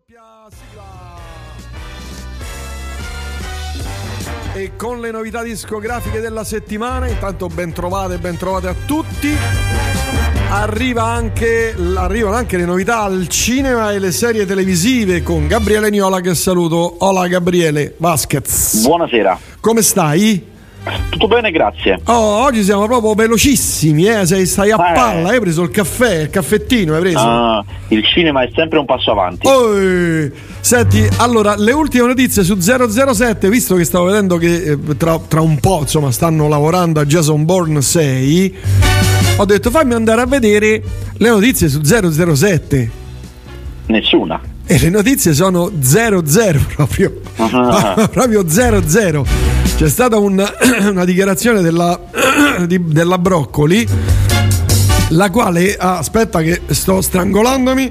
doppia sigla. E con le novità discografiche della settimana, intanto ben trovate a tutti. Arrivano anche le novità al cinema e le serie televisive con Gabriele Niola, che saluto. Hola Gabriele Vasquez. Buonasera. Come stai? Tutto bene, grazie. Oggi siamo proprio velocissimi, stai a palla, hai preso il caffè, il caffettino hai preso? Il cinema è sempre un passo avanti. Senti, allora, le ultime notizie su 007, visto che stavo vedendo che tra un po', insomma, stanno lavorando a Jason Bourne 6, ho detto fammi andare a vedere le notizie su 007. Nessuna. E le notizie sono 00 proprio. Proprio 00. C'è stata una dichiarazione della Broccoli, la quale aspetta che sto strangolandomi.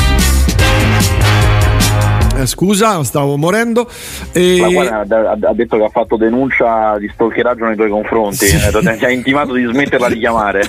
Scusa, stavo morendo. La quale ha detto che ha fatto denuncia di stalkeraggio nei tuoi confronti. Sì. Ti ha intimato di smetterla di chiamare.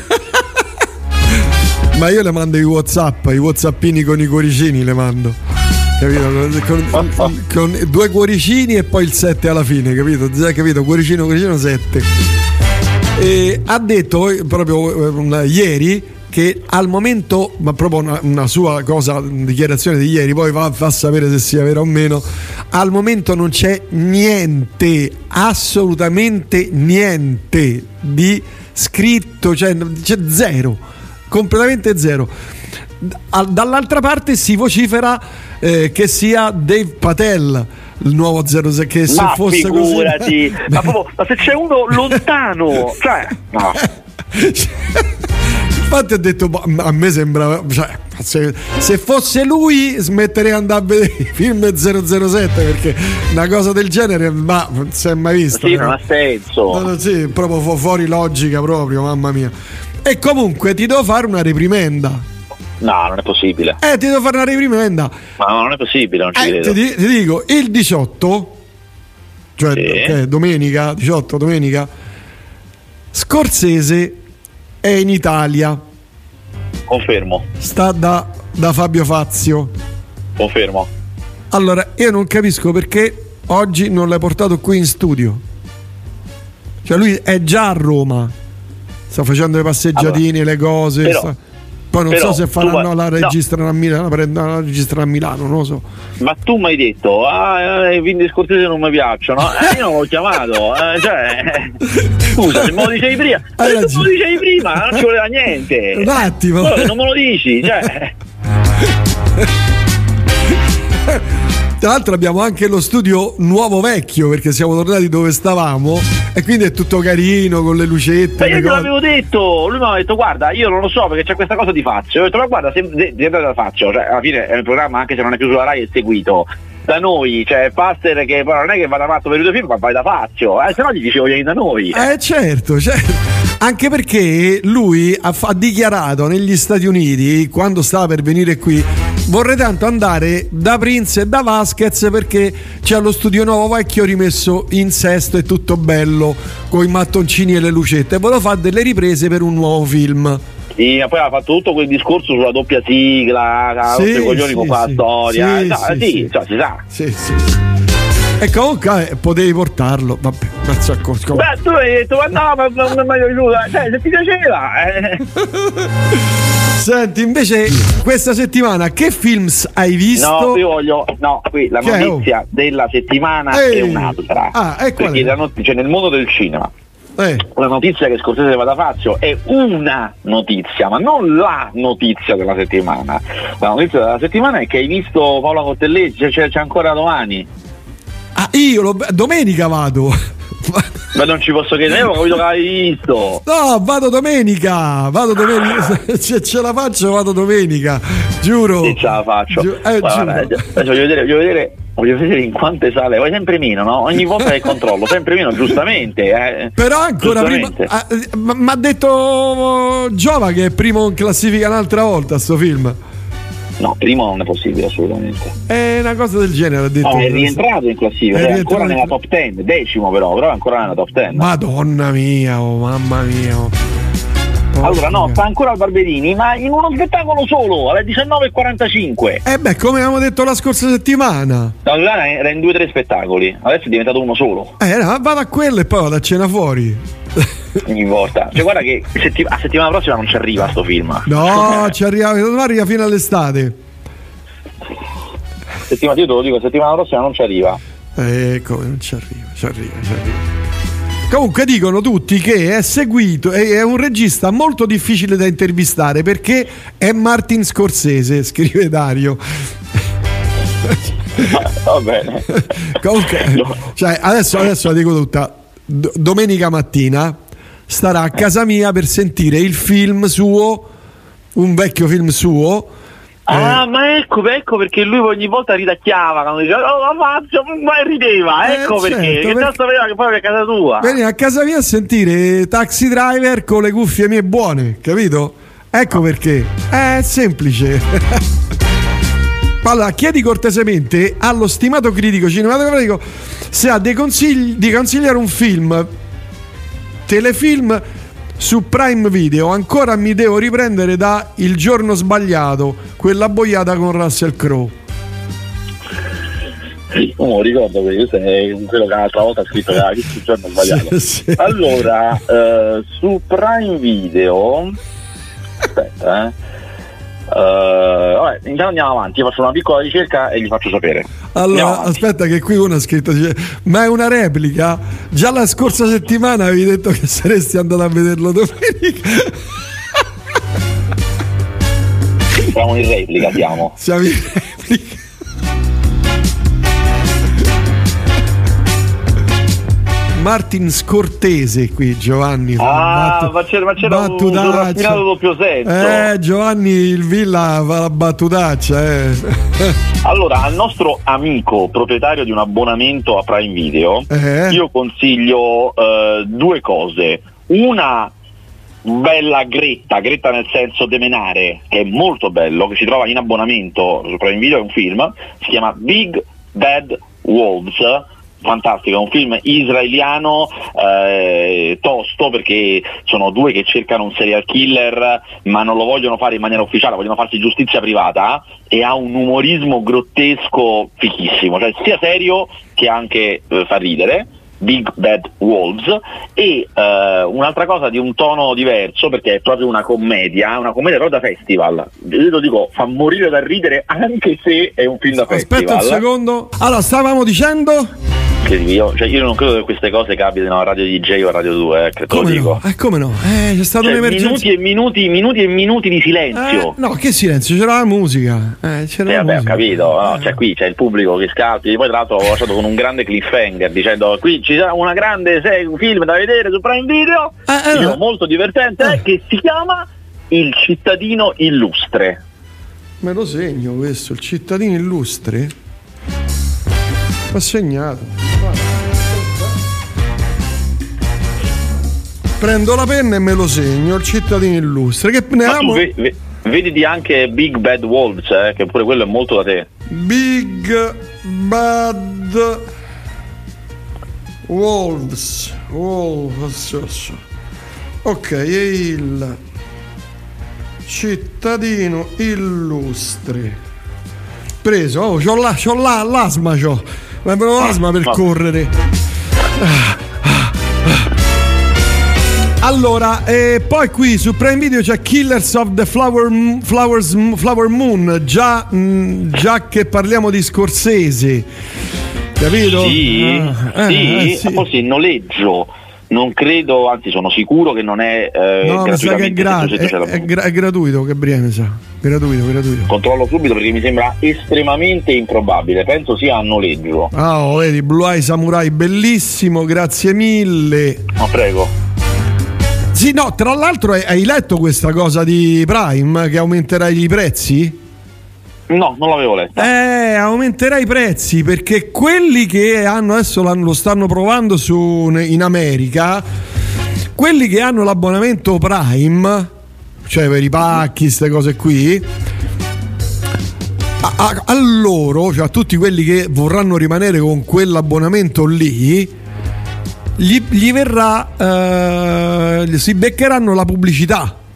Ma io le mando i whatsappini con i cuoricini, le mando, capito? Con 2 cuoricini e poi il 7 alla fine, capito? Cuoricino 7. E ha detto proprio ieri che al momento, ma proprio una sua dichiarazione di ieri, poi va a sapere se sia vera o meno, al momento non c'è niente, assolutamente niente di scritto, cioè c'è zero, completamente zero. Dall'altra parte si vocifera che sia Dave Patel il nuovo 06, che se fosse figurati, così ma se c'è uno lontano, cioè no. Infatti ho detto, a me sembra, cioè, se fosse lui smetterei di andare a vedere i film 007, perché una cosa del genere non si è mai vista. Sì, non ha senso. No, sì, proprio fuori logica proprio, mamma mia. E comunque ti devo fare una reprimenda. No, non è possibile. Ti devo fare una reprimenda. Ma non è possibile, non ci credo. Ti dico, il 18, cioè sì. Domenica, Scorsese è in Italia. Confermo. Sta da Fabio Fazio. Confermo. Allora, io non capisco perché oggi non l'hai portato qui in studio. Cioè lui è già a Roma, sta facendo le passeggiatine, le cose, però, poi non so se faranno la registrano a Milano, la registrano a Milano, non lo so. Ma tu mi hai detto i film di Scorsese non mi piacciono, io non l'ho chiamato, scusa, se me lo dicevi prima, non ci voleva niente. Un attimo, non me lo dici, cioè. Tra l'altro abbiamo anche lo studio nuovo vecchio, perché siamo tornati dove stavamo e quindi è tutto carino con le lucette. Ma io te l'avevo detto, lui mi ha detto guarda, io non lo so perché c'è questa cosa di Fazio. Ho detto ma guarda, sempre la faccio, cioè alla fine è un programma, anche se non è più sulla Rai, è seguito da noi, cioè Passer che poi non è che vada matto per i 2 film, ma vai da Fazio, se no gli dicevo vieni da noi. Certo. Anche perché lui ha dichiarato negli Stati Uniti, quando stava per venire qui, vorrei tanto andare da Prince e da Vasquez perché c'è lo studio nuovo vecchio rimesso in sesto e tutto bello con i mattoncini e le lucette, e volevo fare delle riprese per un nuovo film. Sì, ma poi ha fatto tutto quel discorso sulla doppia sigla, tutti i coglioni con quella storia. Si sa. Sì. E comunque potevi portarlo, vabbè, grazie a cosa. Beh, tu hai detto ma no, ma non mi è mai piaciuta, se ti piaceva. Senti, invece questa settimana che films hai visto? Qui la notizia della settimana è un'altra. Perché nel mondo del cinema la notizia che Scorsese va da Fazio è una notizia, ma non la notizia della settimana. La notizia della settimana è che hai visto Paola Cortellesi, c'è ancora domani. Io domenica vado. Ma non ci posso credere, io ho capito che l'hai visto. No, vado domenica. Se ce la faccio vado domenica, giuro. Sì, ce la faccio. Voglio vedere in quante sale, vai sempre meno, no? Ogni volta che controllo, sempre meno, giustamente. Però ancora prima. Mi ha detto Giova che è primo in classifica un'altra volta sto film. No, primo non è possibile assolutamente. È una cosa del genere, ha detto. No, è rientrato in classifica, è ancora nella top 10, decimo però è ancora nella top 10. Madonna mia, mamma mia. Allora no, sta ancora al Barberini, ma in uno spettacolo solo, alle 19:45. Come avevamo detto la scorsa settimana. No, era in 2 o 3 spettacoli, adesso è diventato uno solo. No, vado a quello e poi vado a cena fuori. Ogni volta. Cioè guarda che a settimana prossima non ci arriva sto film. No, ci arriva fino all'estate. Io te lo dico, settimana prossima non ci arriva. Come non ci arriva. Comunque dicono tutti che è seguito, è un regista molto difficile da intervistare perché è Martin Scorsese, scrive Dario. Va bene. Comunque, cioè, adesso la dico tutta. Domenica mattina starà a casa mia per sentire il film suo, un vecchio film suo. Ma ecco perché lui ogni volta ridacchiava quando diceva la faccio, ma rideva, perché tanto sapeva che poi è a casa tua. Vieni a casa mia a sentire Taxi Driver con le cuffie mie buone, capito? Ecco perché è semplice. Allora, chiedi cortesemente allo stimato critico cinematografico se ha dei consigli di consigliare un film, telefilm su Prime Video. Ancora mi devo riprendere da Il giorno sbagliato, quella boiata con Russell Crowe. Non ricordo questo è quello che l'altra volta ha scritto che era Il giorno sbagliato. Sì. Allora, su Prime Video aspetta vabbè, intanto andiamo avanti, io faccio una piccola ricerca e gli faccio sapere. Allora, aspetta che qui uno ha scritto, dice, ma è una replica? Già la scorsa settimana avevi detto che saresti andato a vederlo domenica. Siamo in replica, siamo in replica. Martin Scorsese qui, Giovanni. Ma c'era un raffinato doppio senso. Giovanni il Villa fa la battutaccia. Allora, al nostro amico proprietario di un abbonamento a Prime Video, io consiglio 2 cose. Una bella gretta nel senso de menare, che è molto bello, che si trova in abbonamento su Prime Video, è un film, si chiama Big Bad Wolves. Fantastico, è un film israeliano tosto, perché sono 2 che cercano un serial killer ma non lo vogliono fare in maniera ufficiale, vogliono farsi giustizia privata, e ha un umorismo grottesco fichissimo, cioè sia serio che anche fa ridere. Big Bad Wolves. E un'altra cosa di un tono diverso, perché è proprio una commedia proprio da festival. Io lo dico, fa morire da ridere anche se è un film da festival. Aspetta un secondo. Allora, stavamo dicendo io non credo che queste cose capitino a Radio DJ o a Radio 2, te lo dico. Come no? C'è stata un'emergenza. Minuti e minuti di silenzio. No, che silenzio? C'era la musica. Vabbè, ho capito. No, qui c'è il pubblico che scalpi. Poi tra l'altro ho lasciato con un grande cliffhanger dicendo qui ci sarà una grande un film da vedere su Prime Video, molto divertente, che si chiama Il cittadino illustre. Me lo segno questo, Il cittadino illustre. Ho segnato. Prendo la penna e me lo segno, Il cittadino illustre. Che ne amo. Vediti anche Big Bad Wolves, che pure quello è molto da te. Big Bad Wolves. Ok, è Il cittadino illustre. Preso, c'ho l'asma, ma avevo l'asma per correre. Allora, poi qui su Prime Video c'è Killers of the Flower Moon, già che parliamo di Scorsese, capito? Sì. Forse in noleggio, non credo, anzi sono sicuro che non è gratuitamente. È gratuito, Gabriele, mi sa. Gratuito. Controllo subito perché mi sembra estremamente improbabile, penso sia a noleggio. Vedi, Blue Eye Samurai, bellissimo, grazie mille. Ma prego. Sì, no, tra l'altro hai letto questa cosa di Prime che aumenterà i prezzi? No, non l'avevo letta. Aumenterà i prezzi perché quelli che hanno adesso lo stanno provando in America, quelli che hanno l'abbonamento Prime, cioè per i pacchi, queste cose qui, a loro, cioè a tutti quelli che vorranno rimanere con quell'abbonamento lì, gli verrà si beccheranno la pubblicità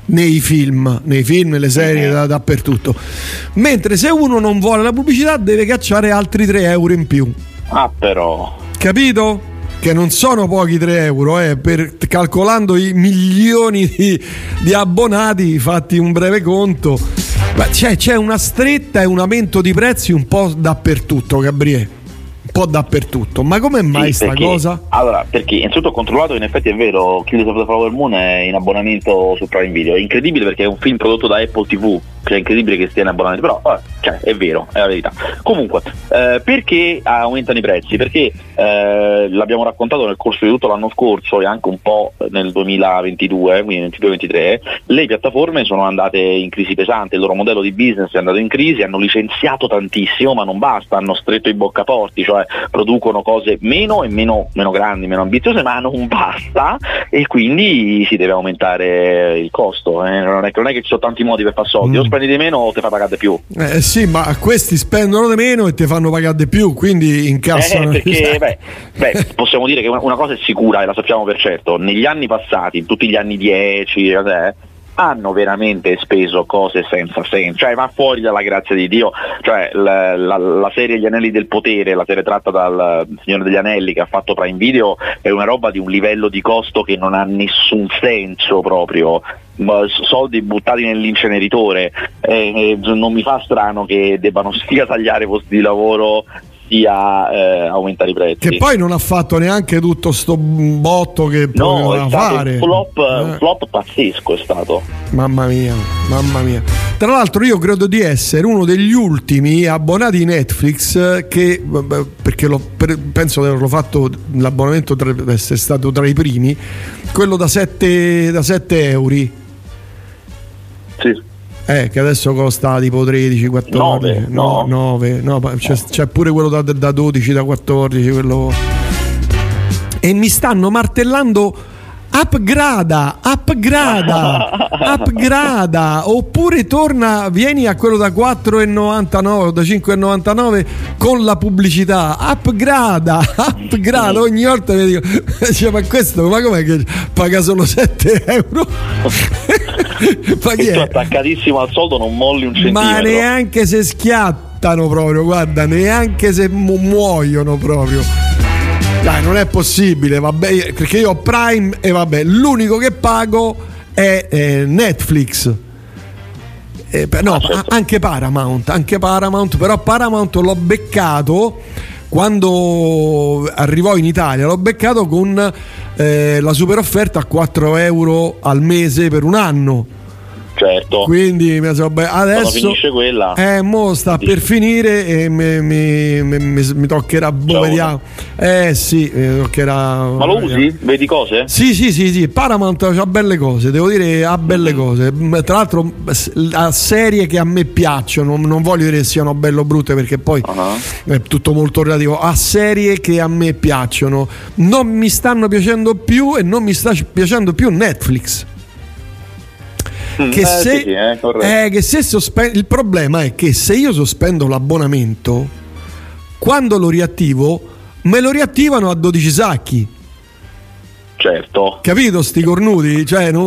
nei film, le serie, dappertutto. Mentre se uno non vuole la pubblicità deve cacciare altri 3 euro in più. Ah, però. Capito? Che non sono pochi 3 euro, calcolando i milioni di abbonati, fatti un breve conto. Ma c'è una stretta e un aumento di prezzi un po' dappertutto, Gabriele. Un po' dappertutto, ma come mai sta cosa? Allora, perché innanzitutto ho controllato, in effetti è vero, Killers of the Flower Moon è in abbonamento su Prime Video. È incredibile perché è un film prodotto da Apple TV, cioè è incredibile che stia in abbonamento, però è vero, è la verità. Comunque, perché aumentano i prezzi? Perché l'abbiamo raccontato nel corso di tutto l'anno scorso e anche un po' nel 2022, quindi 22-23, le piattaforme sono andate in crisi pesante, il loro modello di business è andato in crisi, hanno licenziato tantissimo, ma non basta, hanno stretto i boccaporti, cioè producono cose meno grandi, meno ambiziose, ma non basta, e quindi si deve aumentare il costo. Non è che ci sono tanti modi per fare soldi, o spendi di meno o te fa pagare di più. Sì, ma questi spendono di meno e ti fanno pagare di più, quindi incassano. Perché possiamo dire che una cosa è sicura e la sappiamo per certo: negli anni passati, in tutti gli anni 10, hanno veramente speso cose senza senso, cioè ma fuori dalla grazia di Dio, cioè la serie Gli Anelli del Potere, la serie tratta dal Signore degli Anelli che ha fatto Prime Video, è una roba di un livello di costo che non ha nessun senso proprio, soldi buttati nell'inceneritore, non mi fa strano che debbano sia tagliare posti di lavoro sia aumentare i prezzi. Che poi non ha fatto neanche tutto sto botto che poteva fare. Un flop pazzesco è stato. Mamma mia. Tra l'altro io credo di essere uno degli ultimi abbonati Netflix che, perché penso di averlo fatto, l'abbonamento deve essere stato tra i primi, quello da 7 euro. Sì. Che adesso costa tipo 13, 14, 9. C'è pure quello da 12, da 14, quello. E mi stanno martellando upgrada, oppure vieni a quello da 4,99 o da 5,99 con la pubblicità, upgrada, ogni volta mi dico, ma com'è che paga solo 7 euro? Ma chi è? Attaccatissimo al soldo, non molli un centimetro. Ma neanche se schiattano proprio, guarda, neanche se muoiono proprio. Dai, non è possibile, vabbè, perché io ho Prime e vabbè, l'unico che pago è Netflix. Certo. Anche Paramount, però Paramount l'ho beccato quando arrivò in Italia, l'ho beccato con la super offerta a 4 euro al mese per un anno. Certo. Quindi adesso finisce quella. Mo sta per finire e mi toccherà. Vediamo. Sì, mi toccherà. Ma lo usi? Vedi cose? Sì. Paramount ha belle cose, devo dire, ha belle cose. Tra l'altro ha serie che a me piacciono, non voglio dire che siano belle o brutte perché poi è tutto molto relativo. Ha serie che a me piacciono, non mi stanno piacendo più e non mi sta piacendo più Netflix. Il problema è che se io sospendo l'abbonamento, quando lo riattivo me lo riattivano a 12 sacchi. Certo. Capito sti cornuti?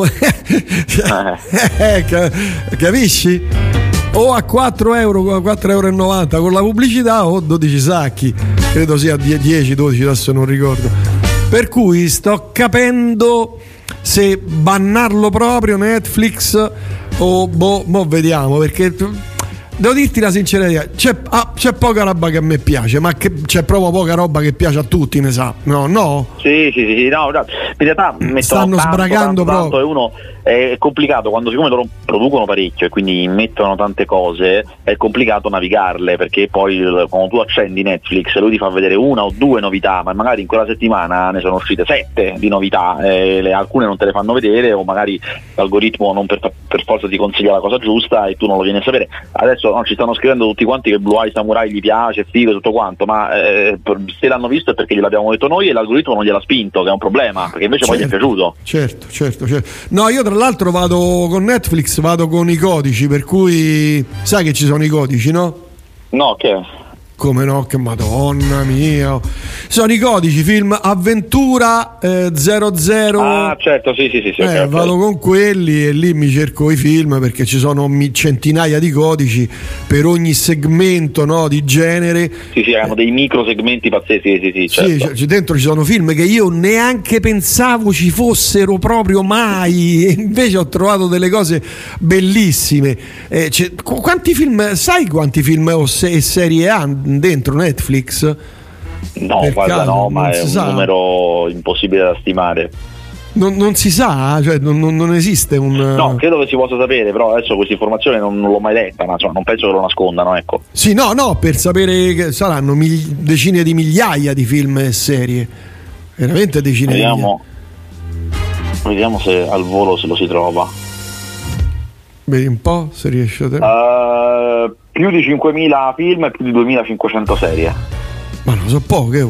Capisci? O a 4 euro, 4,90 euro con la pubblicità o 12 sacchi. Credo sia 10, 12, adesso non ricordo. Per cui sto capendo se bannarlo proprio Netflix o vediamo, perché devo dirti la sincerità, c'è poca roba che a me piace, ma c'è proprio poca roba che piace a tutti, ne sa. No? Sì, no, in realtà stanno sbragando proprio. E uno è complicato siccome loro producono parecchio e quindi mettono tante cose, è complicato navigarle, perché poi quando tu accendi Netflix lui ti fa vedere una o due novità, ma magari in quella settimana ne sono uscite 7 di novità, alcune non te le fanno vedere, o magari l'algoritmo non per forza ti consiglia la cosa giusta e tu non lo vieni a sapere. Adesso ci stanno scrivendo tutti quanti che Blue Eye Samurai gli piace, è figo, tutto quanto, ma se l'hanno visto è perché gliel'abbiamo detto noi e l'algoritmo non gliel'ha spinto, che è un problema, perché invece poi gli è piaciuto. Certo. No, io tra l'altro vado con Netflix, vado con i codici, per cui sai che ci sono i codici, no? No, che? Come no, che madonna mia. Sono i codici, film avventura 00. Ah, certo, sì. Okay. Vado con quelli e lì mi cerco i film, perché ci sono centinaia di codici per ogni segmento, no, di genere. Sì, hanno dei micro segmenti pazzeschi, sì, certo. Sì, dentro ci sono film che io neanche pensavo ci fossero proprio mai, e invece ho trovato delle cose bellissime. Quanti film, sai quanti film e serie ha dentro Netflix? No, guarda, no, ma è un numero impossibile da stimare. Non si sa, cioè non esiste un... No, credo che si possa sapere, però adesso questa informazione non l'ho mai letta, ma insomma, non penso che lo nascondano, ecco. Sì, no, per sapere che saranno decine di migliaia di film e serie, veramente decine di migliaia. Vediamo se al volo se lo si trova. Vedi un po' se riesci a più di 5.000 film e più di 2.500 serie. Ma non so poche.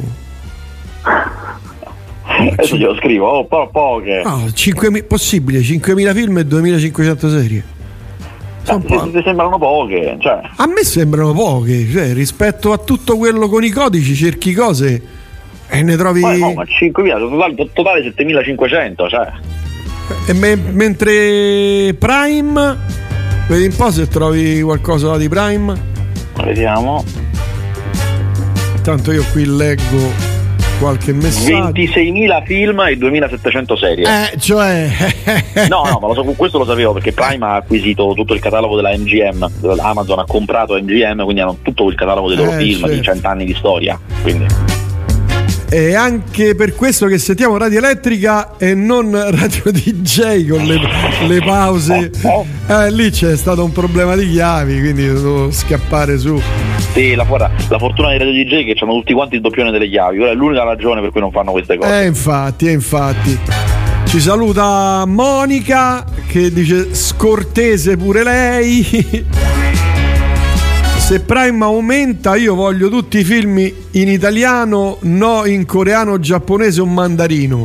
Adesso glielo scrivo, però poche. No, 5.000, possibile, 5.000 film e 2.500 serie. Ti sembrano poche, cioè. A me sembrano poche, cioè, rispetto a tutto quello con i codici cerchi cose e ne trovi. Ma 5.000, totale 7.500, cioè. E mentre Prime, vedi un po' se trovi qualcosa di Prime. Vediamo. Tanto io qui leggo qualche messaggio. 26.000 film e 2.700 serie. Cioè. No, ma questo lo sapevo, perché Prime ha acquisito tutto il catalogo della MGM. Amazon ha comprato MGM, quindi hanno tutto il catalogo dei loro film, certo, di 100 anni di storia. Quindi. E anche per questo che sentiamo Radio Elettrica e non Radio DJ con le pause. Lì c'è stato un problema di chiavi, quindi devo scappare su. Sì, la fortuna dei Radio DJ è che hanno tutti quanti il doppione delle chiavi. Quella è l'unica ragione per cui non fanno queste cose. Infatti. Ci saluta Monica che dice scortese pure lei. Se Prime aumenta io voglio tutti i film in italiano, no in coreano, giapponese o mandarino.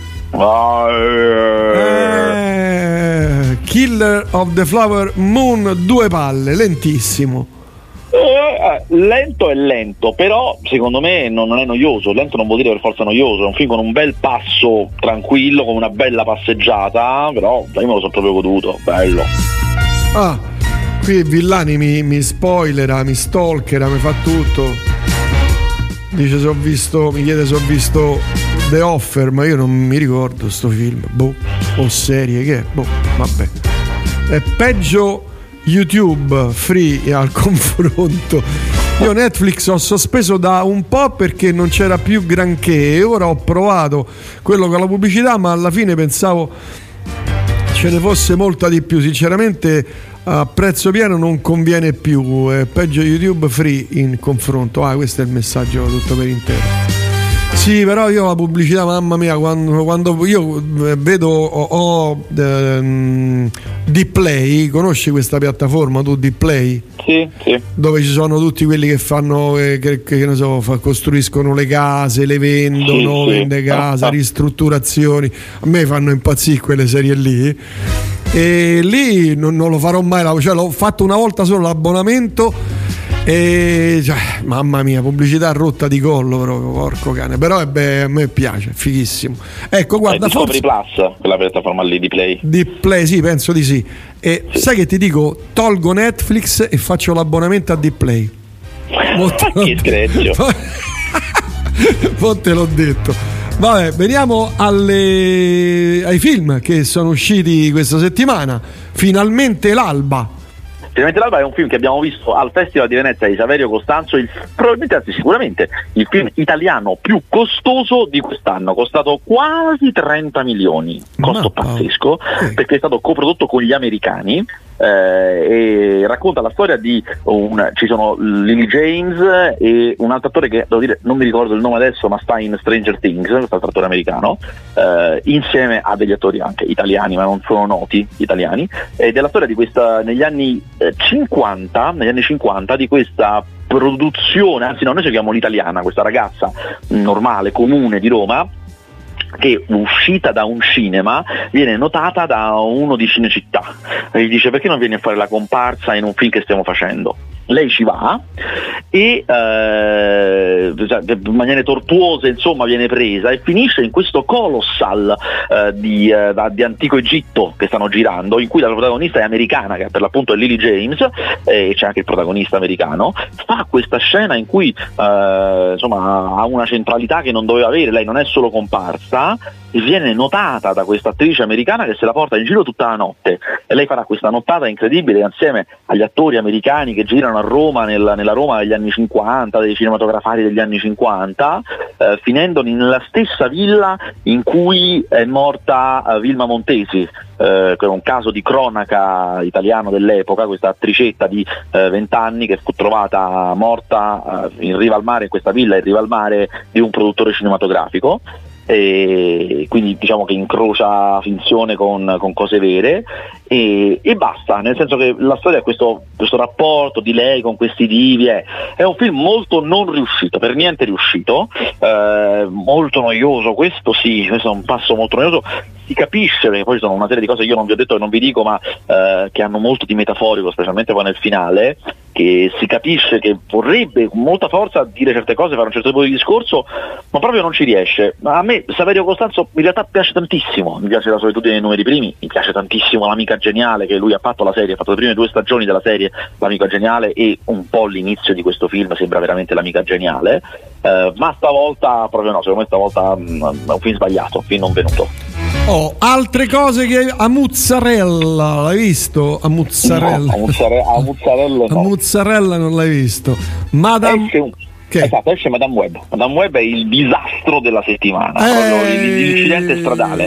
Killer of the Flower Moon 2 palle, lentissimo. Lento è lento, però secondo me non è noioso. Lento non vuol dire per forza noioso, è un film con un bel passo tranquillo, con una bella passeggiata, però io me lo sono proprio goduto, bello. Qui Villani mi spoilera, mi stalkera, mi fa tutto. Dice mi chiede se ho visto The Offer, ma io non mi ricordo sto film, o serie che è, vabbè. È peggio YouTube free al confronto. Io Netflix ho sospeso da un po' perché non c'era più granché e ora ho provato quello con la pubblicità, ma alla fine pensavo ce ne fosse molta di più. Sinceramente a prezzo pieno non conviene più, è peggio YouTube free in confronto. Questo è il messaggio tutto per intero. Sì, però io la pubblicità, mamma mia, quando io vedo Dplay, conosci questa piattaforma tu, Dplay? Sì. Dove ci sono tutti quelli che fanno che ne so, costruiscono le case, le vendono, vende casa, ristrutturazioni. A me fanno impazzire quelle serie lì. E lì non lo farò mai, cioè l'ho fatto una volta solo l'abbonamento e mamma mia, pubblicità rotta di collo proprio, porco cane. Però a me piace, è fighissimo. Ecco, guarda, Discovery Plus, quella piattaforma lì di Play, sì, penso di sì. E sai che ti dico, tolgo Netflix e faccio l'abbonamento a Dplay. Che screzio. Poi te l'ho detto. Vabbè, veniamo ai film che sono usciti questa settimana. Finalmente l'alba è un film che abbiamo visto al Festival di Venezia di Saverio Costanzo, sicuramente il film italiano più costoso di quest'anno, costato quasi 30 milioni, costo pazzesco, perché è stato coprodotto con gli americani. E racconta la storia di ci sono Lily James e un altro attore che devo dire non mi ricordo il nome adesso, ma sta in Stranger Things, questo altro attore americano, insieme a degli attori anche italiani, ma non sono noti italiani, ed è la storia di questa negli anni 50 di questa produzione, anzi no, noi seguiamo l'italiana, questa ragazza normale, comune di Roma, che uscita da un cinema viene notata da uno di Cinecittà e gli dice: perché non vieni a fare la comparsa in un film che stiamo facendo? lei ci va e in maniere tortuose insomma viene presa e finisce in questo colossal di antico Egitto che stanno girando, in cui la protagonista è americana, che per l'appunto è Lily James, e c'è anche il protagonista americano. Fa questa scena in cui insomma ha una centralità che non doveva avere, lei non è solo comparsa e viene notata da questa attrice americana che se la porta in giro tutta la notte, e lei farà questa nottata incredibile insieme agli attori americani che girano a Roma, nella Roma degli anni 50, dei cinematografari degli anni 50, finendo nella stessa villa in cui è morta Vilma Montesi, che è un caso di cronaca italiano dell'epoca, questa attricetta di 20 anni che fu trovata morta in riva al mare, in questa villa in riva al mare di un produttore cinematografico. E quindi diciamo che incrocia finzione con cose vere e basta, nel senso che la storia è questo rapporto di lei con questi divi, è un film molto non riuscito, per niente riuscito, molto noioso, questo è un passo molto noioso. Si capisce, perché poi ci sono una serie di cose che io non vi ho detto e non vi dico, ma che hanno molto di metaforico, specialmente poi nel finale, che si capisce che vorrebbe con molta forza dire certe cose, fare un certo tipo di discorso, ma proprio non ci riesce. A me Saverio Costanzo in realtà piace tantissimo, mi piace La solitudine dei numeri primi, mi piace tantissimo L'amica geniale, che lui ha fatto la serie, ha fatto le prime 2 stagioni della serie L'amica geniale, e un po' l'inizio di questo film sembra veramente L'amica geniale, ma stavolta proprio no, secondo me stavolta è un film sbagliato, un film non venuto. Altre cose che a Mozzarella, l'hai visto? A Mozzarella? No, a Mozzarella no. A Mozzarella non l'hai visto. Esce Madame Web. Madame Web è il disastro della settimana, l'incidente stradale.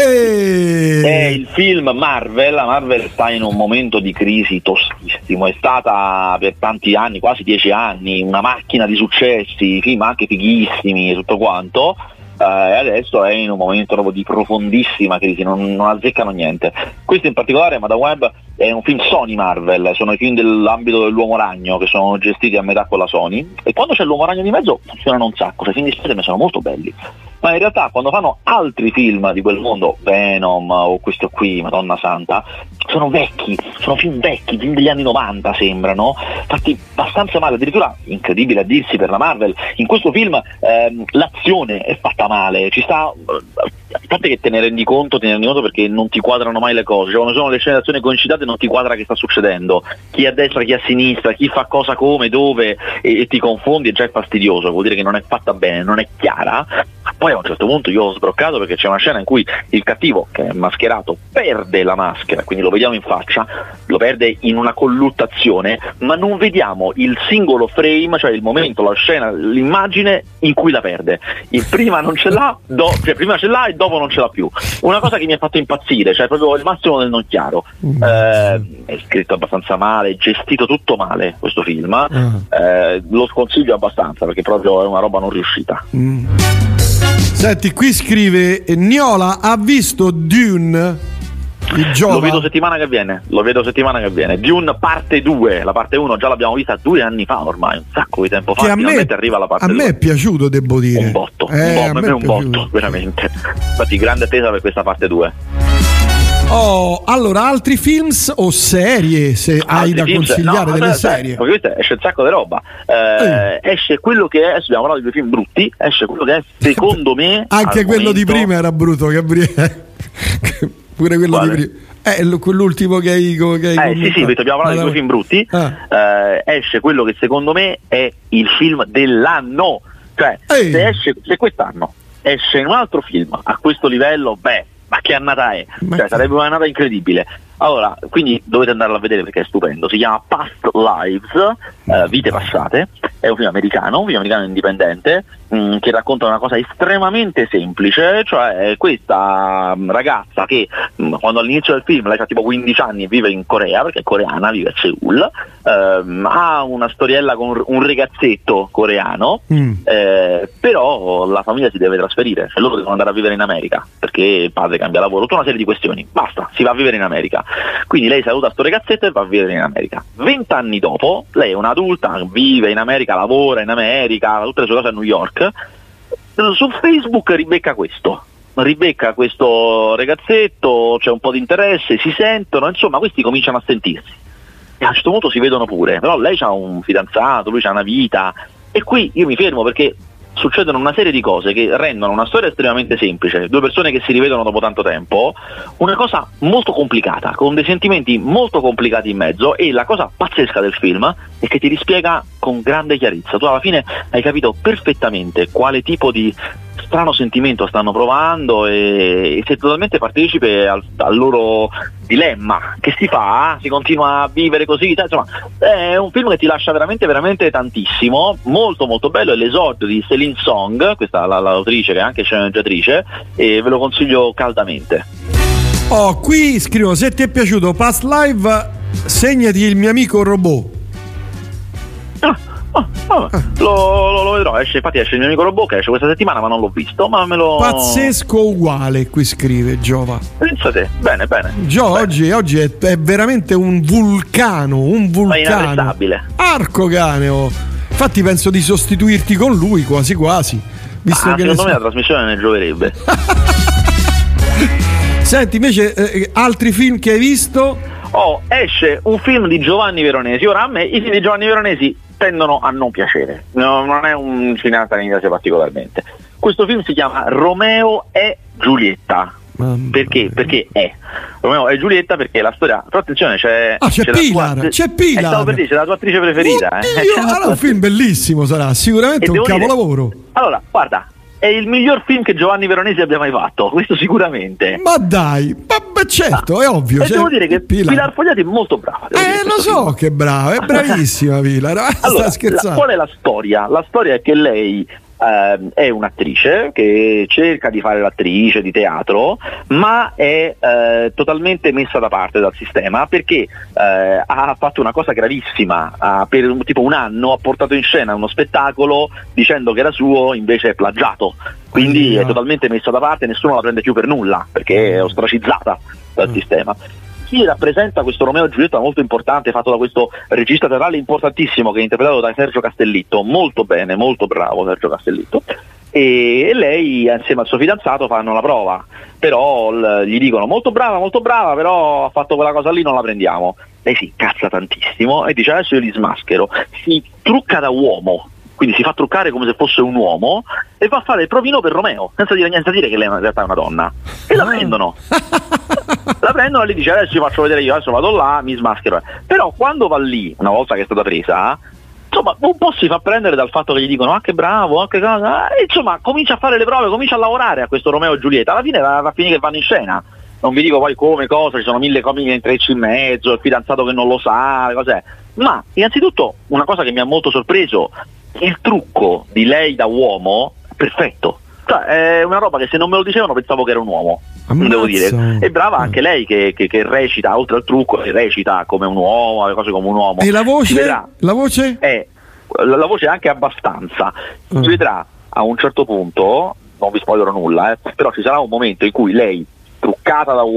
È il film Marvel. La Marvel sta in un momento di crisi tostissimo, è stata per tanti anni, quasi 10 anni, una macchina di successi, film anche fighissimi e tutto quanto. E adesso è in un momento proprio di profondissima crisi, non azzeccano niente. Questo in particolare, Madame Web, è un film Sony Marvel, sono i film dell'ambito dell'Uomo Ragno che sono gestiti a metà con la Sony, e quando c'è l'Uomo Ragno di mezzo funzionano un sacco, i film di Spider-Man sono molto belli, ma in realtà quando fanno altri film di quel mondo, Venom o questo qui, Madonna Santa, sono vecchi, sono film vecchi, film degli anni 90 sembrano, fatti abbastanza male, addirittura incredibile a dirsi per la Marvel. In questo film l'azione è fatta male, ci sta, a parte che te ne rendi conto perché non ti quadrano mai le cose, cioè quando sono le scene d'azione coincitate non ti quadra che sta succedendo, chi è a destra, chi è a sinistra, chi fa cosa come, dove, e ti confondi, e già è fastidioso, vuol dire che non è fatta bene, non è chiara. Poi a un certo punto io ho sbroccato perché c'è una scena in cui il cattivo, che è mascherato, perde la maschera, quindi lo vediamo in faccia, lo perde in una colluttazione, ma non vediamo il singolo frame, cioè il momento, la scena, l'immagine in cui la perde. Prima non ce l'ha, prima ce l'ha e dopo non ce l'ha più. Una cosa che mi ha fatto impazzire, cioè proprio il massimo del non chiaro. È scritto abbastanza male, gestito tutto male questo film, lo sconsiglio abbastanza perché proprio è una roba non riuscita. Senti, qui scrive Niola, ha visto Dune? Lo vedo settimana che viene. Dune parte 2, la parte 1 già l'abbiamo vista 2 anni fa ormai, un sacco di tempo fa, finalmente arriva la parte 2. A me è piaciuto, devo dire. Un botto, veramente. Infatti grande attesa per questa parte 2. Allora, altri films o serie, se hai da consigliare delle serie? Perché esce un sacco di roba. Esce quello che è, adesso abbiamo parlato di due film brutti, esce quello che è secondo me anche quello momento... di prima era brutto, Gabriele. Pure quello di prima. Quell'ultimo che hai sì, abbiamo parlato di due film brutti. Esce quello che secondo me è il film dell'anno. Cioè, se quest'anno esce un altro film a questo livello, ma che annata è? Cioè, sarebbe un'annata incredibile. Allora, quindi dovete andarlo a vedere perché è stupendo. Si chiama Past Lives, Vite Passate. È un film americano indipendente, che racconta una cosa estremamente semplice, cioè questa ragazza che quando all'inizio del film lei ha tipo 15 anni e vive in Corea, perché è coreana, vive a Seoul, ha una storiella con un ragazzetto coreano, però la famiglia si deve trasferire, cioè loro devono andare a vivere in America perché il padre cambia lavoro, tutta una serie di questioni, basta, si va a vivere in America. Quindi lei saluta sto ragazzetto e va a vivere in America. 20 anni dopo, lei è un'adulta, vive in America, lavora in America, tutte le sue cose a New York. Su Facebook ribecca questo ragazzetto, c'è un po' di interesse, si sentono, insomma questi cominciano a sentirsi. e a un certo punto si vedono pure, però lei ha un fidanzato, lui ha una vita, e qui io mi fermo perché succedono una serie di cose che rendono una storia estremamente semplice, due persone che si rivedono dopo tanto tempo, una cosa molto complicata, con dei sentimenti molto complicati in mezzo, e la cosa pazzesca del film è che ti rispiega con grande chiarezza. Tu alla fine hai capito perfettamente quale tipo di strano sentimento stanno provando e sei totalmente partecipe al loro dilemma. Che si fa? Si continua a vivere così? Insomma, è un film che ti lascia veramente veramente tantissimo, molto molto bello. È l'esordio di Celine Song, questa l'autrice che è anche sceneggiatrice, e ve lo consiglio caldamente. Qui scrivo: se ti è piaciuto Past Live, segnati Il mio amico robot. Lo vedrò, infatti esce Il mio amico robot, che esce questa settimana, ma non l'ho visto, ma me lo... Pazzesco uguale, qui scrive Giova. Pensate, bene. Gio, bene. Oggi è veramente un vulcano. Ma inarrestabile. Arco cane. Infatti penso di sostituirti con lui quasi visto che secondo me la trasmissione ne gioverebbe. Senti, invece altri film che hai visto? Esce un film di Giovanni Veronesi. Ora, a me i film di Giovanni Veronesi tendono a non piacere, non è un cineasta che mi piace particolarmente. Questo film si chiama Romeo e Giulietta. Perché è Romeo e Giulietta? Perché la storia, però attenzione, c'è Pilar, c'è Pilar, stavo per dire, c'è la tua attrice preferita. Allora un film bellissimo sarà, sicuramente un capolavoro. Allora, guarda, è il miglior film che Giovanni Veronesi abbia mai fatto, questo sicuramente. Ma dai, certo, è ovvio. E devo dire che Pilar Fogliati è molto brava. Lo so che è brava, è bravissima Pilar. Allora, sta scherzando. Qual è la storia? La storia è che lei è un'attrice che cerca di fare l'attrice di teatro, ma è totalmente messa da parte dal sistema, perché ha fatto una cosa gravissima. Per tipo un anno ha portato in scena uno spettacolo dicendo che era suo, invece è plagiato, quindi è totalmente messa da parte, nessuno la prende più per nulla perché è ostracizzata dal sistema. Chi rappresenta questo Romeo e Giulietta molto importante, fatto da questo regista teatrale importantissimo che è interpretato da Sergio Castellitto, molto bene, molto bravo Sergio Castellitto, e lei insieme al suo fidanzato fanno la prova, però gli dicono molto brava, però ha fatto quella cosa lì, non la prendiamo. Lei si incazza tantissimo e dice adesso io li smaschero, si trucca da uomo, quindi si fa truccare come se fosse un uomo e va a fare il provino per Romeo, senza dire niente, a dire che lei in realtà è una donna, e la prendono. La prendono e lei dice adesso vi faccio vedere io, adesso vado là, mi smaschero. Però quando va lì, una volta che è stata presa, insomma un po' si fa prendere dal fatto che gli dicono che bravo, che cosa, e insomma comincia a fare le prove, comincia a lavorare a questo Romeo e Giulietta. Alla fine va a finire che vanno in scena, non vi dico poi come, cosa, ci sono 1000 comiche intrecci in mezzo, il fidanzato che non lo sa, cos'è. Ma innanzitutto una cosa che mi ha molto sorpreso, il trucco di lei da uomo perfetto, cioè è una roba che se non me lo dicevano pensavo che era un uomo. Devo dire, è brava anche lei che recita, oltre al trucco, che recita come un uomo, le cose come un uomo. E la voce? La voce? La voce è anche abbastanza. Si vedrà a un certo punto, non vi spoilerò nulla, però ci sarà un momento in cui lei, truccata da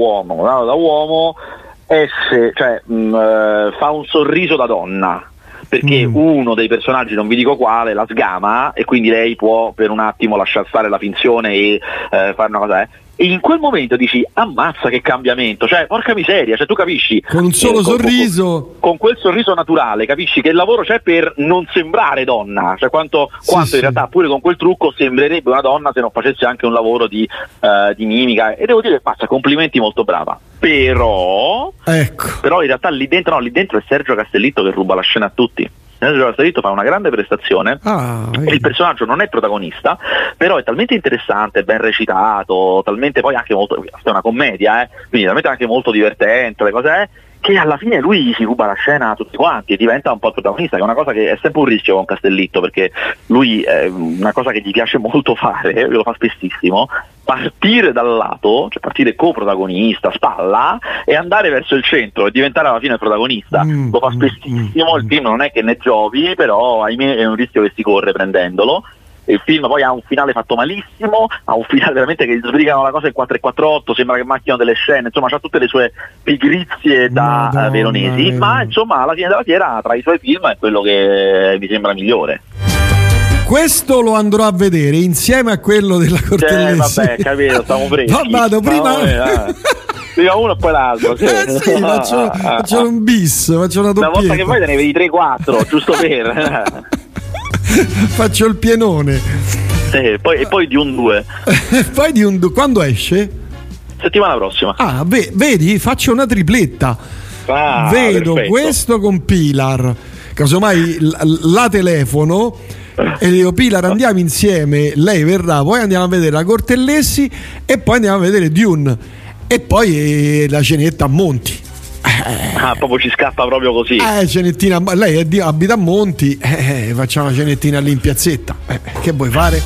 uomo, esce, cioè fa un sorriso da donna, perché uno dei personaggi, non vi dico quale, la sgama, e quindi lei può per un attimo lasciar stare la finzione e fare una cosa, e in quel momento dici ammazza che cambiamento, cioè porca miseria, cioè tu capisci con un solo sorriso, con quel sorriso naturale capisci che il lavoro c'è per non sembrare donna, cioè quanto in realtà pure con quel trucco sembrerebbe una donna se non facesse anche un lavoro di mimica, e devo dire pazza, complimenti, molto brava. Però in realtà lì dentro è Sergio Castellitto che ruba la scena a tutti. Sergio Castellitto fa una grande prestazione, il personaggio non è protagonista, però è talmente interessante, ben recitato, talmente poi anche molto, è una commedia, quindi talmente anche molto divertente, le cose che alla fine lui si ruba la scena a tutti quanti e diventa un po' il protagonista, che è una cosa che è sempre un rischio con Castellitto, perché lui è una cosa che gli piace molto fare, lo fa spessissimo, partire dal lato, cioè partire coprotagonista, spalla, e andare verso il centro e diventare alla fine il protagonista. Lo fa spessissimo, il film non è che ne giovi, però ahimè è un rischio che si corre prendendolo. Il film poi ha un finale fatto malissimo, ha un finale veramente che sbrigano la cosa in 4:48, sembra che macchiano delle scene, insomma c'ha tutte le sue pigrizie da Veronesi, ma insomma alla fine della fiera tra i suoi film è quello che mi sembra migliore. Questo lo andrò a vedere insieme a quello della Cortellesi. Vabbè, capito, stiamo presi. Vado prima. prima uno e poi l'altro. Sì, sì, faccio un bis, faccio una doppietta. Una volta che vai te ne vedi 3-4, giusto per. Faccio il pienone. Sì, poi di un 2. Poi di un 2. Quando esce? Settimana prossima. Vedi? Faccio una tripletta. Vedo perfetto. Questo con Pilar. Casomai la telefono e dico Pilar andiamo insieme, lei verrà, poi andiamo a vedere la Cortellessi e poi andiamo a vedere Dune e poi la cenetta a Monti. Proprio ci scappa proprio così. Cenettina, lei abita a Monti, facciamo una cenettina lì in piazzetta. Che vuoi fare?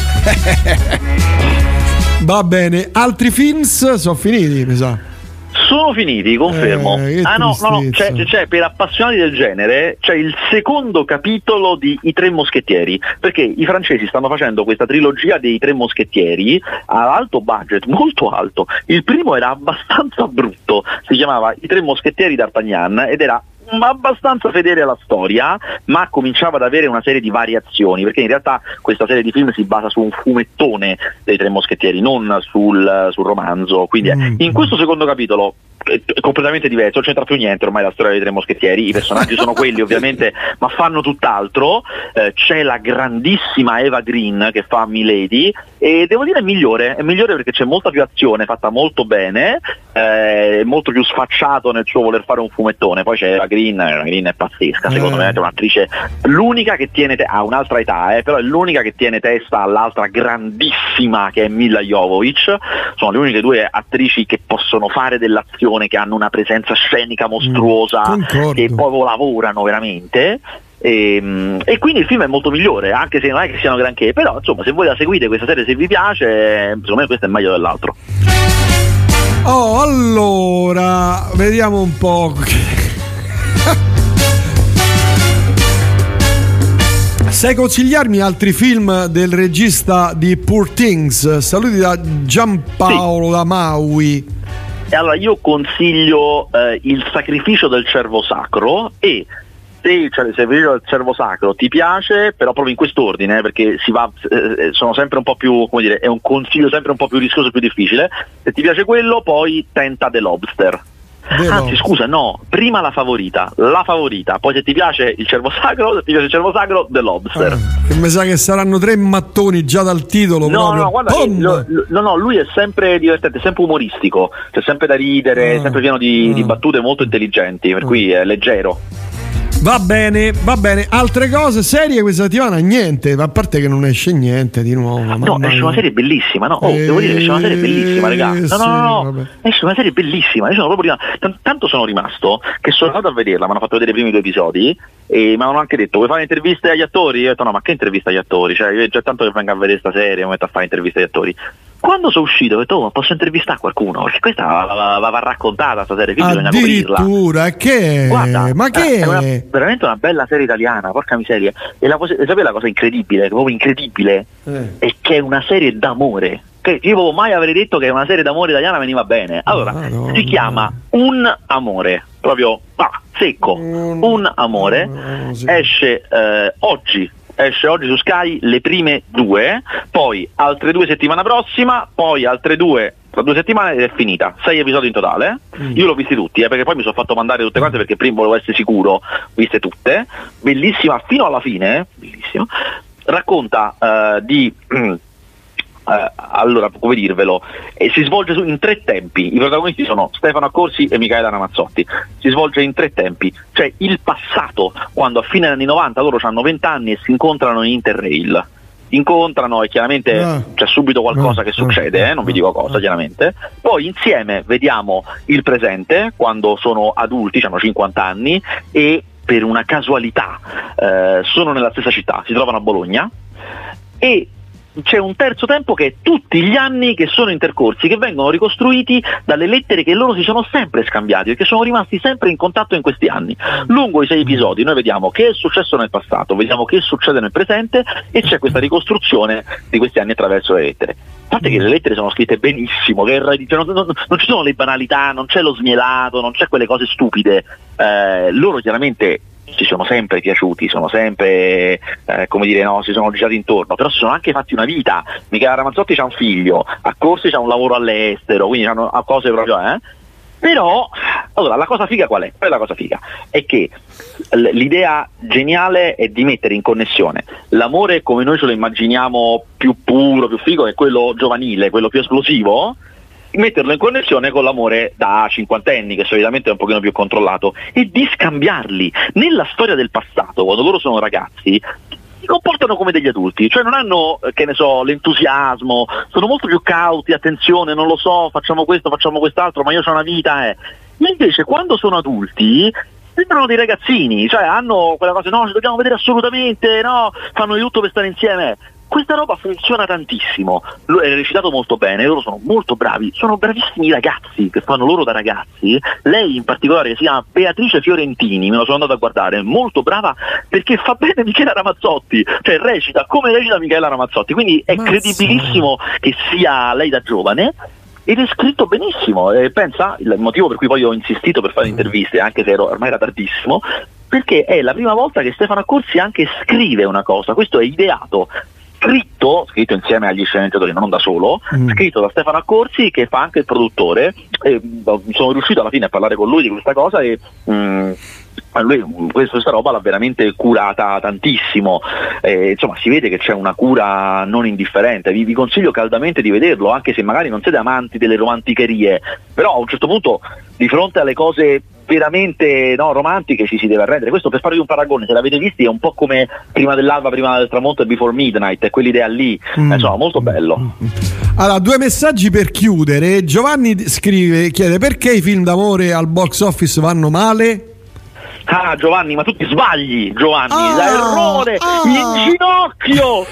Va bene, altri films sono finiti, mi sa. Sono finiti, confermo. No, c'è per appassionati del genere, c'è il secondo capitolo di I Tre Moschettieri, perché i francesi stanno facendo questa trilogia dei Tre Moschettieri ad alto budget, molto alto. Il primo era abbastanza brutto, si chiamava I Tre Moschettieri d'Artagnan ed era abbastanza fedele alla storia, ma cominciava ad avere una serie di variazioni, perché in realtà questa serie di film si basa su un fumettone dei Tre Moschettieri, non sul romanzo, quindi in questo secondo capitolo è completamente diverso, non c'entra più niente ormai la storia dei Tre Moschettieri, i personaggi sono quelli ovviamente, ma fanno tutt'altro. C'è la grandissima Eva Green che fa Milady e devo dire è migliore perché c'è molta più azione, fatta molto bene, è molto più sfacciato nel suo voler fare un fumettone. Poi c'è Eva Green è pazzesca, secondo me è un'attrice, l'unica che tiene ha un'altra età, però è l'unica che tiene testa all'altra grandissima che è Mila Jovovich. Sono le uniche due attrici che possono fare dell'azione, che hanno una presenza scenica mostruosa, che poi lavorano veramente. E quindi il film è molto migliore, anche se non è che siano granché, però insomma se voi la seguite questa serie, se vi piace, secondo me questo è meglio dell'altro. Allora vediamo un po'. Sai consigliarmi altri film del regista di Poor Things? Saluti da Giampaolo da Maui. E allora io consiglio Il sacrificio del cervo sacro, e se il sacrificio del cervo sacro ti piace, però proprio in quest'ordine, perché si va sono sempre un po' più, come dire, è un consiglio sempre un po' più rischioso e più difficile. Se ti piace quello, poi tenta The Lobster. Scusa, no, prima la favorita, poi se ti piace il cervo sacro, The Lobster. Che mi sa che saranno 3 mattoni già dal titolo. No, guarda, lui è sempre divertente, sempre umoristico, c'è sempre da ridere, sempre pieno di battute molto intelligenti, per cui è leggero. Va bene. Altre cose serie questa settimana? Niente, a parte che non esce niente di nuovo. No, esce una serie bellissima, no? Devo dire che esce una serie bellissima, ragazzi. No. Esce una serie bellissima. Io sono proprio tanto sono rimasto che sono andato a vederla, mi hanno fatto vedere i primi 2 episodi e mi hanno anche detto: vuoi fare interviste agli attori? Io ho detto: no, ma che interviste agli attori? Cioè, io già tanto che vengo a vedere sta serie, mi metto a fare interviste agli attori. Quando sono uscito ho detto: ma posso intervistare qualcuno? Perché questa va raccontata, sta serie, quindi bisogna coprirla. Addirittura, che? Guarda, ma che è veramente una bella serie italiana, porca miseria. E sapete la cosa incredibile, proprio incredibile, è che è una serie d'amore. Che io mai avrei detto che una serie d'amore italiana veniva bene. Allora, si chiama Un Amore, proprio secco, Un Amore, esce oggi su Sky le prime 2, poi altre 2 settimana prossima, poi altre 2 tra 2 settimane ed è finita. 6 episodi in totale. Io l'ho visti tutti, perché poi mi sono fatto mandare tutte quante, perché prima volevo essere sicuro, viste tutte. Bellissima fino alla fine, bellissima. Racconta di allora, come dirvelo, si svolge in 3 tempi. I protagonisti sono Stefano Accorsi e Michaela Ramazzotti. Si svolge in 3 tempi. C'è il passato, quando a fine degli anni 90 loro hanno 20 anni e si incontrano in Interrail. Incontrano e chiaramente c'è subito qualcosa che succede, non vi dico cosa chiaramente. Poi insieme vediamo il presente, quando sono adulti, hanno 50 anni, e per una casualità sono nella stessa città, si trovano a Bologna, e c'è un terzo tempo che è tutti gli anni che sono intercorsi, che vengono ricostruiti dalle lettere che loro si sono sempre scambiati, perché sono rimasti sempre in contatto in questi anni. Lungo i 6 episodi noi vediamo che è successo nel passato, vediamo che succede nel presente, e c'è questa ricostruzione di questi anni attraverso le lettere. A parte che le lettere sono scritte benissimo, che non ci sono le banalità, non c'è lo smielato, non c'è quelle cose stupide. Loro chiaramente ci sono sempre piaciuti, sono sempre si sono girati intorno, però si sono anche fatti una vita. Michela Ramazzotti c'ha un figlio, Accorsi c'ha un lavoro all'estero, quindi hanno cose proprio Però, allora, la cosa figa qual è? Poi la cosa figa è che l'idea geniale è di mettere in connessione l'amore come noi ce lo immaginiamo più puro, più figo, è quello giovanile, quello più esplosivo, metterlo in connessione con l'amore da cinquantenni, che solitamente è un pochino più controllato, e di scambiarli. Nella storia del passato, quando loro sono ragazzi, si comportano come degli adulti, cioè non hanno, che ne so, l'entusiasmo, sono molto più cauti, attenzione, non lo so, facciamo questo, facciamo quest'altro, ma io ho una vita, Invece quando sono adulti sembrano dei ragazzini, cioè hanno quella cosa, no, ci dobbiamo vedere assolutamente, no, fanno di tutto per stare insieme. Questa roba funziona tantissimo, è recitato molto bene, loro sono molto bravi, sono bravissimi ragazzi che fanno loro da ragazzi. Lei in particolare, che si chiama Beatrice Fiorentini, me lo sono andato a guardare, molto brava perché fa bene Michela Ramazzotti, cioè recita come recita Michela Ramazzotti, quindi è credibilissimo che sia lei da giovane. Ed è scritto benissimo, pensa, il motivo per cui poi ho insistito per fare interviste, anche se ormai era tardissimo, perché è la prima volta che Stefano Accorsi anche scrive una cosa, questo è ideato, scritto insieme agli sceneggiatori, non da solo, scritto da Stefano Accorsi, che fa anche il produttore, e sono riuscito alla fine a parlare con lui di questa cosa e lui questa roba l'ha veramente curata tantissimo, insomma si vede che c'è una cura non indifferente. Vi consiglio caldamente di vederlo, anche se magari non siete amanti delle romanticherie, però a un certo punto di fronte alle cose veramente romantiche ci si deve arrendere. Questo, per farvi un paragone, se l'avete visti, è un po' come Prima dell'alba, prima del tramonto e Before Midnight, è quell'idea lì, insomma molto bello. Allora, 2 messaggi per chiudere. Giovanni chiede: perché i film d'amore al box office vanno male? Ah, Giovanni, ma tu ti sbagli, Giovanni, da errore, in ginocchio.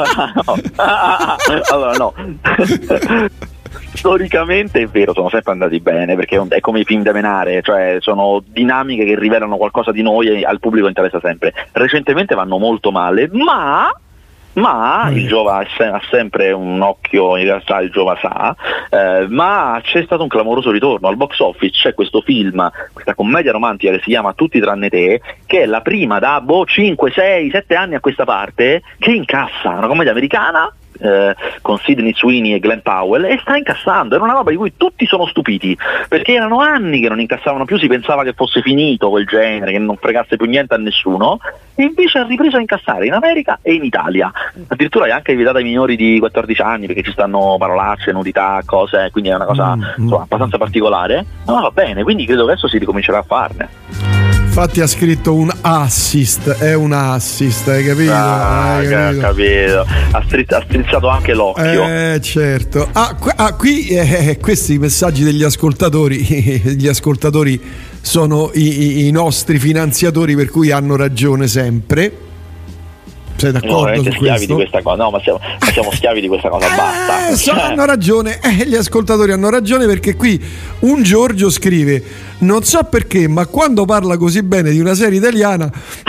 Allora no. Storicamente è vero, sono sempre andati bene, perché è come i film da menare, cioè sono dinamiche che rivelano qualcosa di noi e al pubblico interessa sempre. Recentemente vanno molto male, ma il Giova ha sempre un occhio, in realtà il Giova sa, ma c'è stato un clamoroso ritorno al box office. C'è questo film, questa commedia romantica che si chiama Tutti tranne te, che è la prima da 5, 6, 7 anni a questa parte che incassa, una commedia americana con Sydney Sweeney e Glenn Powell, e sta incassando. Era una roba di cui tutti sono stupiti, perché erano anni che non incassavano più, si pensava che fosse finito quel genere, che non fregasse più niente a nessuno, e invece ha ripreso a incassare in America e in Italia. Addirittura è anche vietata ai minori di 14 anni, perché ci stanno parolacce, nudità, cose, quindi è una cosa insomma, abbastanza particolare, ma va bene, quindi credo che adesso si ricomincerà a farne. Infatti ha scritto un assist, è un assist, hai capito? Capito. Ha strizzato anche l'occhio. Certo. Qui questi messaggi degli ascoltatori, gli ascoltatori sono i nostri finanziatori, per cui hanno ragione sempre. Sei d'accordo su schiavi di questa cosa? No, ma siamo schiavi di questa cosa, basta. Hanno ragione, gli ascoltatori hanno ragione, perché qui un Giorgio scrive: non so perché, ma quando parla così bene di una serie italiana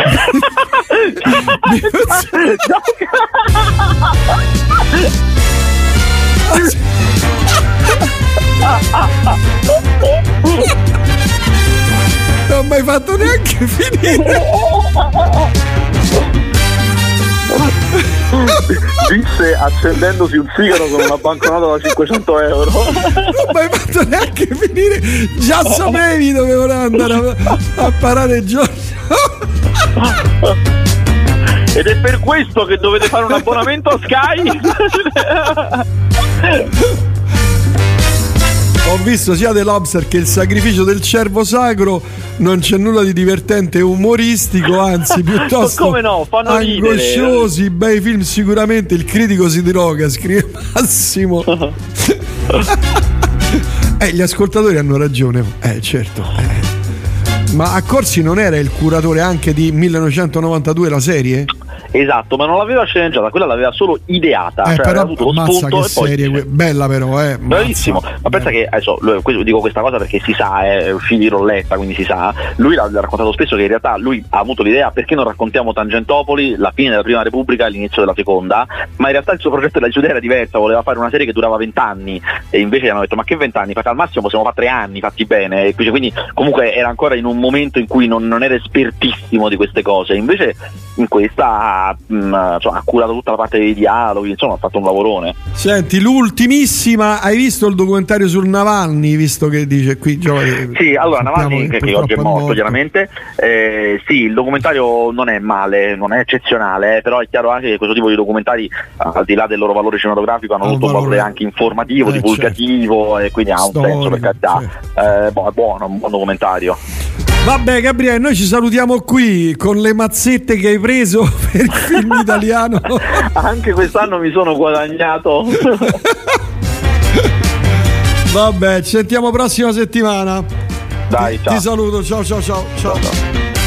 non ho mai fatto neanche finire. Disse accendendosi un sigaro con una banconota da 500 euro. Non ho mai fatto neanche finire, già sapevi dove voleva andare a parare Giorgio. Ed è per questo che dovete fare un abbonamento a Sky. Ho visto sia The Lobster che Il sacrificio del cervo sacro, non c'è nulla di divertente e umoristico, anzi piuttosto come no, fanno angosciosi, ridere. Bei film sicuramente. Il critico si droga, scrive Massimo. Gli ascoltatori hanno ragione, certo. Ma Accorsi non era il curatore anche di 1992, la serie? Esatto, ma non l'aveva sceneggiata, quella l'aveva solo ideata, cioè però aveva avuto lo spunto che e serie, bella però, bravissimo. Ma pensa che adesso dico questa cosa perché si sa, è uscito di rolletta, quindi si sa. Lui l'ha raccontato spesso che in realtà lui ha avuto l'idea: perché non raccontiamo Tangentopoli, la fine della prima Repubblica e l'inizio della seconda, ma in realtà il suo progetto della idea era diversa, voleva fare una serie che durava 20 anni e invece gli hanno detto: ma che 20 anni? Perché al massimo possiamo fare 3 anni fatti bene, e quindi comunque era ancora in un momento in cui non era espertissimo di queste cose, invece in questa ha curato tutta la parte dei dialoghi, insomma ha fatto un lavorone. Senti, l'ultimissima, hai visto il documentario sul Navalny, visto che dice qui sì, allora Navalny che oggi è morto chiaramente, sì, il documentario non è male, non è eccezionale, però è chiaro anche che questo tipo di documentari, al di là del loro valore cinematografico, hanno avuto un valore anche informativo, divulgativo, certo. E quindi ha un senso, per carità. È buono, un buon documentario. Vabbè Gabriele, noi ci salutiamo qui con le mazzette che hai preso per il film italiano. Anche quest'anno mi sono guadagnato. Vabbè, ci sentiamo prossima settimana. Dai, ciao. Ti saluto, ciao.